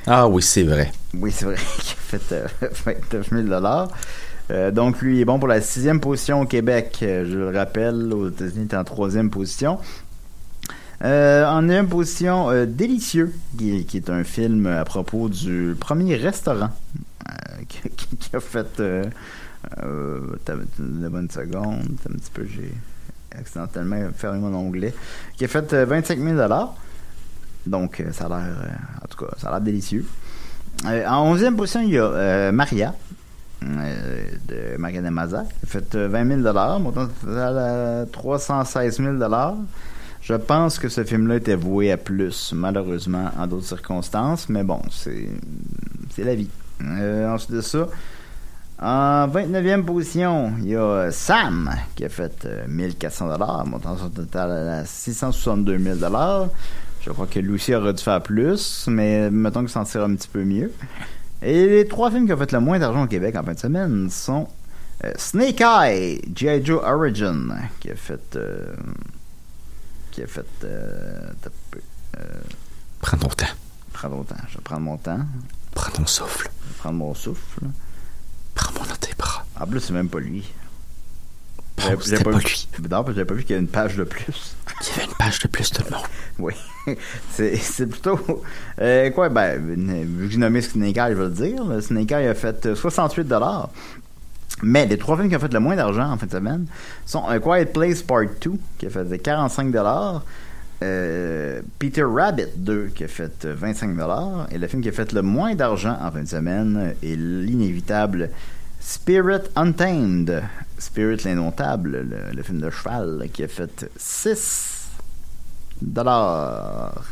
Ah oui, c'est vrai. Oui, c'est vrai, qui a fait euh, vingt-neuf mille dollars. Euh, donc, lui, il est bon pour la sixième position au Québec. Euh, je le rappelle, aux États-Unis, il est en troisième position. Euh, en neuvième position, euh, Délicieux, qui, qui est un film à propos du premier restaurant euh, qui, qui, qui a fait... Euh, euh, t'as une bonne seconde, t'as un petit peu... J'ai accidentellement fermé mon onglet. Qui a fait euh, vingt-cinq mille dollars. Donc, euh, ça a l'air... Euh, en tout cas, ça a l'air délicieux. Euh, en onzième position, il y a euh, Maria. Euh, de Mariana Mazza, qui a fait euh, vingt mille dollars, montant total à trois cent seize mille dollars. Je pense que ce film-là était voué à plus, malheureusement, en d'autres circonstances, mais bon, c'est c'est la vie. Euh, ensuite de ça, en vingt-neuvième position, il y a Sam, qui a fait euh, mille quatre cents dollars, montant son total à six cent soixante-deux mille dollars. Je crois que lui aussi aurait dû faire plus, mais mettons qu'il s'en tire un petit peu mieux. Et les trois films qui ont fait le moins d'argent au Québec en fin de semaine sont euh, Snake Eye, G I. Joe Origin, qui a fait... Euh, qui a fait... Euh, euh, Prends ton temps. Prends ton temps. Je vais prendre mon temps. Prends ton souffle. Je vais prendre mon souffle. Prends-moi dans tes bras. En plus, c'est même pas lui. Bon, j'avais, c'était pas, pas lui. Non, j'avais pas vu qu'il y avait une page de plus. Il y avait une page de plus, tout le monde. Oui. c'est, c'est plutôt... Euh, quoi, ben, vu que j'ai nommé Snake Eye, je vais le dire. Le Snake Eye a fait soixante-huit dollars. Mais les trois films qui ont fait le moins d'argent en fin de semaine sont A Quiet Place Part deux, qui a fait quarante-cinq dollars. Euh, Peter Rabbit deux, qui a fait vingt-cinq dollars. Et le film qui a fait le moins d'argent en fin de semaine est l'inévitable Spirit Untamed. Spirit l'Indomptable, le, le film de cheval, qui a fait six dollars.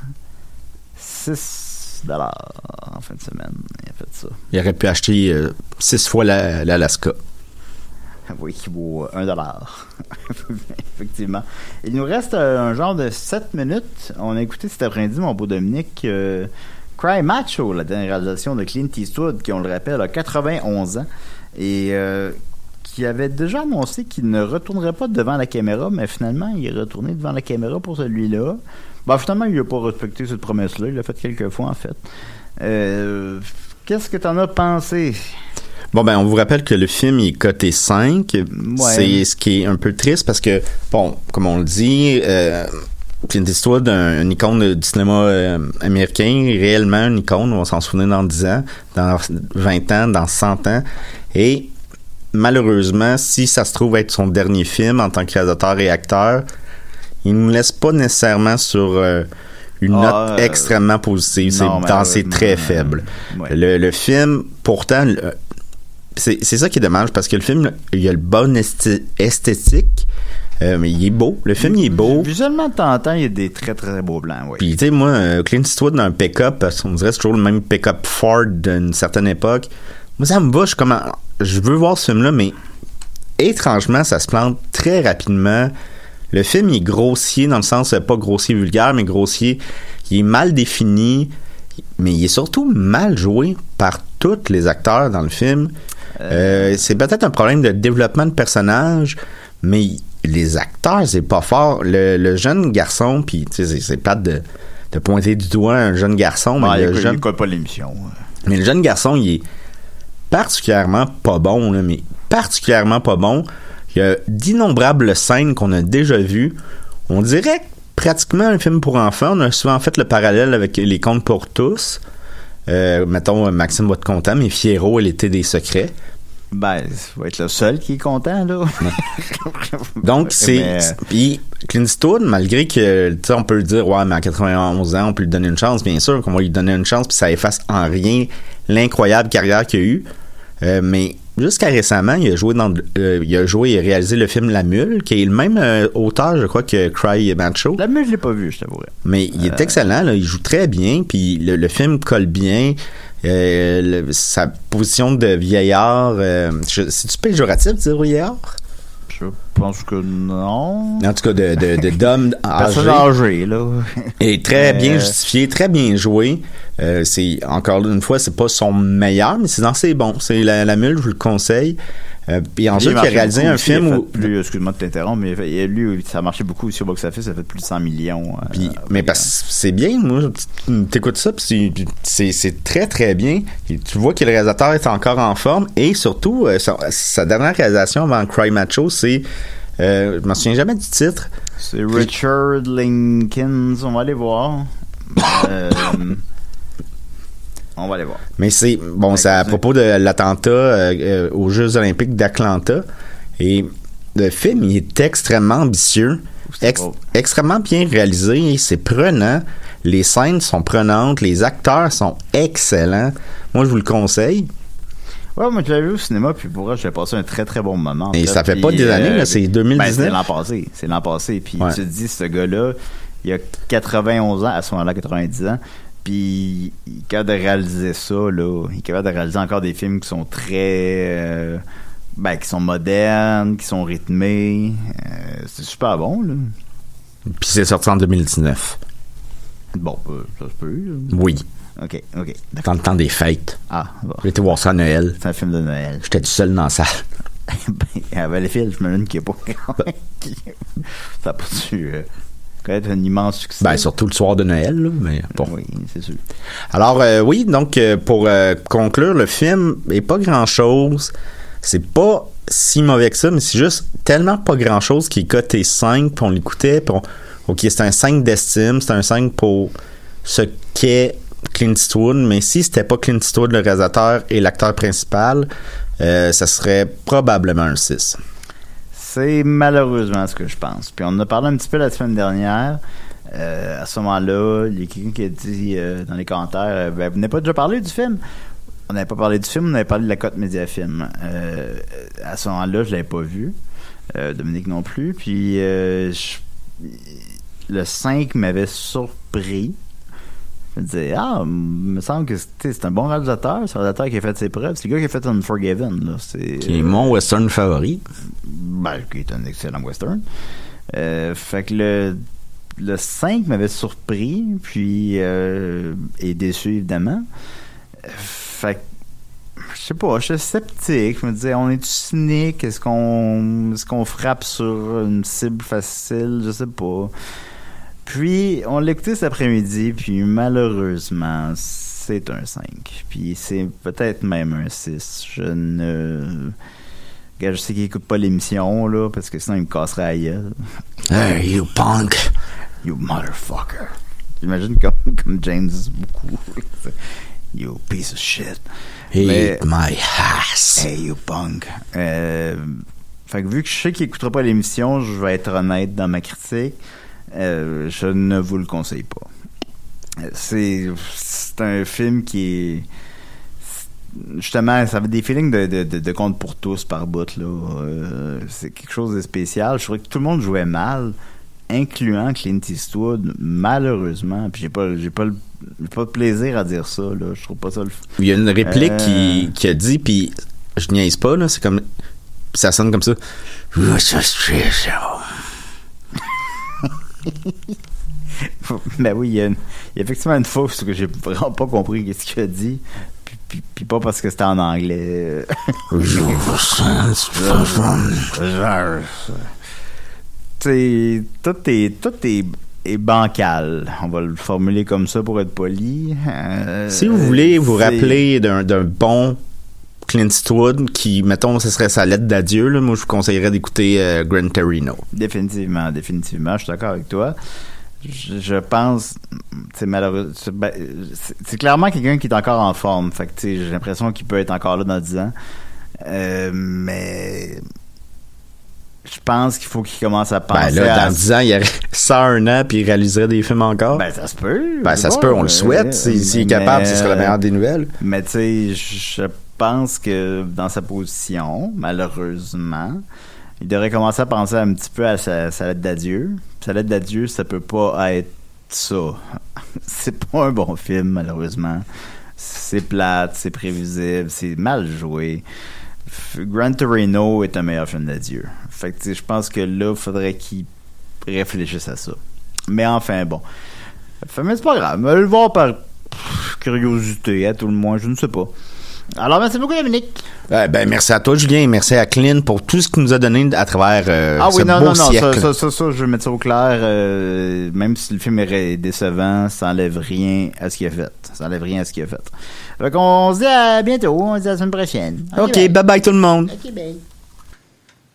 six dollars en fin de semaine. Il a fait ça. Il aurait pu acheter euh, six fois la, l'Alaska. Oui, qui vaut un dollar. Effectivement. Il nous reste un genre de sept minutes. On a écouté cet après-midi, mon beau Dominique, euh, Cry Macho, la dernière réalisation de Clint Eastwood, qui, on le rappelle, a quatre-vingt-onze ans. Et euh, qui avait déjà annoncé qu'il ne retournerait pas devant la caméra, mais finalement, il est retourné devant la caméra pour celui-là. Ben, finalement, il n'a pas respecté cette promesse-là. Il l'a fait quelques fois, en fait. Euh, qu'est-ce que tu en as pensé? Bon, ben, on vous rappelle que le film est coté cinq. Ouais. C'est ce qui est un peu triste parce que, bon, comme on le dit, euh, Clint Eastwood, un, une icône du cinéma euh, américain, réellement une icône, on va s'en souvenir dans dix ans, dans vingt ans, dans cent ans. Et malheureusement, si ça se trouve être son dernier film en tant que réalisateur et acteur, il ne nous laisse pas nécessairement sur euh, une ah, note euh, extrêmement positive. Non, c'est dans ses traits faibles. Ouais. Le, le film, pourtant, le, c'est, c'est ça qui est dommage parce que le film, il a le bon esthi- esthétique, euh, mais il est beau. Le film, il est beau. Visuellement, de temps en temps, il y a des très, très beaux blancs. Oui. Puis, tu sais, moi, Clint Eastwood dans un pick-up, parce qu'on dirait que c'est toujours le même pick-up Ford d'une certaine époque. Moi, ça me va. Je, comme, je veux voir ce film-là, mais étrangement, ça se plante très rapidement. Le film, il est grossier, dans le sens, pas grossier vulgaire, mais grossier. Il est mal défini, mais il est surtout mal joué par tous les acteurs dans le film. Euh, c'est peut-être un problème de développement de personnage, mais les acteurs, c'est pas fort. Le, le jeune garçon, puis c'est, c'est plate de, de pointer du doigt un jeune garçon, ah, mais il le jeune, écoute pas l'émission. Mais le jeune garçon, il est particulièrement pas bon, là, mais particulièrement pas bon. Il y a d'innombrables scènes qu'on a déjà vues. On dirait pratiquement un film pour enfants. On a souvent fait le parallèle avec Les Contes pour tous. Euh, mettons, Maxime va être content, mais Fierro et l'Été des secrets. Ben, ça va être le seul qui est content, là. Donc, c'est... Mais... Puis, Clint Eastwood, malgré que, tu sais, on peut le dire, ouais, mais à quatre-vingt-onze ans, on peut lui donner une chance, bien sûr qu'on va lui donner une chance, puis ça efface en rien l'incroyable carrière qu'il a eue. Euh, mais jusqu'à récemment, il a joué dans, euh, il a joué et réalisé le film La Mule, qui est le même euh, auteur, je crois, que Cry Macho. La Mule, je l'ai pas vu, je t'avouerais. Mais il est euh... excellent, là, il joue très bien, puis le, le film colle bien. Euh, le, sa position de vieillard, euh, je, c'est-tu péjoratif de dire vieillard? Je pense que non. En tout cas, de, de, de d'homme âgé. âgé, là. Et très bien euh... justifié, très bien joué. Euh, c'est, encore une fois, c'est pas son meilleur, mais c'est dans ses bons. C'est la, la Mule, je vous le conseille. Euh, puis ensuite, il a réalisé un film il a où... Plus, excuse-moi de t'interrompre, mais il a, lui, ça a marché beaucoup aussi au box-office, ça a fait plus de cent millions. Euh, puis, mais parce que c'est bien, moi, t'écoutes ça, puis c'est, c'est, c'est très, très bien. Et tu vois que le réalisateur est encore en forme, et surtout, euh, sa, sa dernière réalisation avant Cry Macho, c'est... Euh, je m'en souviens jamais du titre. C'est Richard Lincoln, on va aller voir. euh, on va aller voir. Mais c'est bon, c'est à propos de l'attentat euh, euh, aux Jeux Olympiques d'Atlanta. Et le film, il est extrêmement ambitieux, ex- extrêmement bien réalisé. C'est prenant. Les scènes sont prenantes. Les acteurs sont excellents. Moi, je vous le conseille. Ouais, moi, je l'avais vu au cinéma, puis pour vrai, j'ai passé un très, très bon moment. Et fait, ça fait puis, pas des années, euh, là, c'est deux mille dix-neuf. Ben, c'est l'an passé. C'est l'an passé. Puis ouais. tu te dis, ce gars-là, il a quatre-vingt-onze ans, à ce moment-là, quatre-vingt-dix ans, puis il est capable de réaliser ça, là. Il est capable de réaliser encore des films qui sont très... Euh, ben, qui sont modernes, qui sont rythmés. Euh, c'est super bon, là. Puis c'est sorti en deux mille dix-neuf. Bon, euh, ça se peut, là. Oui. OK, OK. Dans le temps des fêtes. Ah, bon. J'ai été voir ça à Noël. C'est un film de Noël. J'étais tout seul dans la salle. Ben, avec les films, je me demande qu'il n'y a pas... ça a pas dû euh, connaître un immense succès. Ben, surtout le soir de Noël, là, mais bon. Oui, c'est sûr. Alors, euh, oui, donc, euh, pour euh, conclure, le film est pas grand-chose. C'est pas si mauvais que ça, mais c'est juste tellement pas grand-chose qu'il est coté cinq, puis on l'écoutait, puis on... OK, c'est un cinq d'estime, c'est un cinq pour ce qu'est Clint Eastwood, mais si c'était pas Clint Eastwood le réalisateur et l'acteur principal, euh, ça serait probablement un six. C'est malheureusement ce que je pense. Puis on en a parlé un petit peu la semaine dernière. Euh, à ce moment-là, il y a quelqu'un qui a dit euh, dans les commentaires euh, ben, vous n'avez pas déjà parlé du film? On n'avait pas parlé du film, on avait parlé de la cote Mediafilm. Euh, à ce moment-là, je l'avais pas vu. Euh, Dominique non plus. Puis euh, je, le cinq m'avait surpris. Je me disais, ah, il me semble que c'est un bon réalisateur, c'est un réalisateur qui a fait ses preuves. C'est le gars qui a fait Unforgiven. Là. C'est, qui est mon western favori. Ben, qui est un excellent western. Euh, fait que le, le cinq m'avait surpris, puis euh, et déçu, évidemment. Fait que, je sais pas, je suis sceptique. Je me disais, on est-tu cynique? Est-ce qu'on, est-ce qu'on frappe sur une cible facile? Je sais pas. Puis, on l'a écouté cet après-midi, puis malheureusement, c'est un cinq. Puis, c'est peut-être même un six. Je ne... Je sais qu'il écoute pas l'émission, là, parce que sinon, il me casserait la gueule. Hey, you punk! You motherfucker! J'imagine comme, comme James beaucoup. You piece of shit. Eat Mais, my ass! Hey, you punk! Euh, fait que vu que je sais qu'il écoutera pas l'émission, je vais être honnête dans ma critique. Euh, je ne vous le conseille pas. C'est, c'est un film qui est justement, ça avait des feelings de, de, de, de conte pour tous par bout là. Euh, c'est quelque chose de spécial. Je trouvais que tout le monde jouait mal, incluant Clint Eastwood, malheureusement. Puis j'ai pas, j'ai pas, le, j'ai pas de plaisir à dire ça là. Je trouve pas ça le. Il y a une réplique euh... qui, qui a dit, puis je niaise pas là. C'est comme, ça sonne comme ça. Ben oui, il y, a une, il y a effectivement une fois parce que j'ai vraiment pas compris qu'est-ce qu'il a dit, puis, puis, puis pas parce que c'était en anglais. T'sais, tout est tout est, est bancal. On va le formuler comme ça pour être poli. Euh, si vous voulez vous c'est... rappeler d'un, d'un bon Clint Eastwood qui, mettons, ce serait sa lettre d'adieu, là, moi je vous conseillerais d'écouter euh, Gran Torino. Définitivement, définitivement, je suis d'accord avec toi. Je, je pense, c'est malheureux, c'est, ben, c'est, c'est clairement quelqu'un qui est encore en forme. Fait que j'ai l'impression qu'il peut être encore là dans dix ans. Euh, mais je pense qu'il faut qu'il commence à penser. Ben là, à... dans dix ans, il y aurait cent un ans puis il réaliserait des films encore. Ben ça se peut. Ben ça se peut, on le souhaite. S'il si, si est capable, ce serait la meilleure des nouvelles. Mais tu sais, je pense que dans sa position, malheureusement, il devrait commencer à penser un petit peu à sa, sa lettre d'adieu. Sa lettre d'adieu, ça peut pas être ça. C'est pas un bon film, malheureusement. C'est plate, c'est prévisible, c'est mal joué. Gran Torino est un meilleur film d'adieu. Fait que je pense que là, il faudrait qu'il réfléchisse à ça. Mais enfin, bon. Mais c'est pas grave. Je vais le voir par curiosité, à tout le moins, je ne sais pas. Alors, merci beaucoup, Dominique. Euh, ben, merci à toi, Julien, et merci à Clint pour tout ce qu'il nous a donné à travers euh, ah, ce oui, non, beau non, non, siècle. Ça, ça, ça, ça, je veux mettre ça au clair. Euh, même si le film est décevant, ça enlève rien à ce qu'il a fait. Ça enlève rien à ce qu'il a fait. Fait qu'on se dit à bientôt. On se dit à la semaine prochaine. OK, bye bye, bye tout le monde. OK, bye.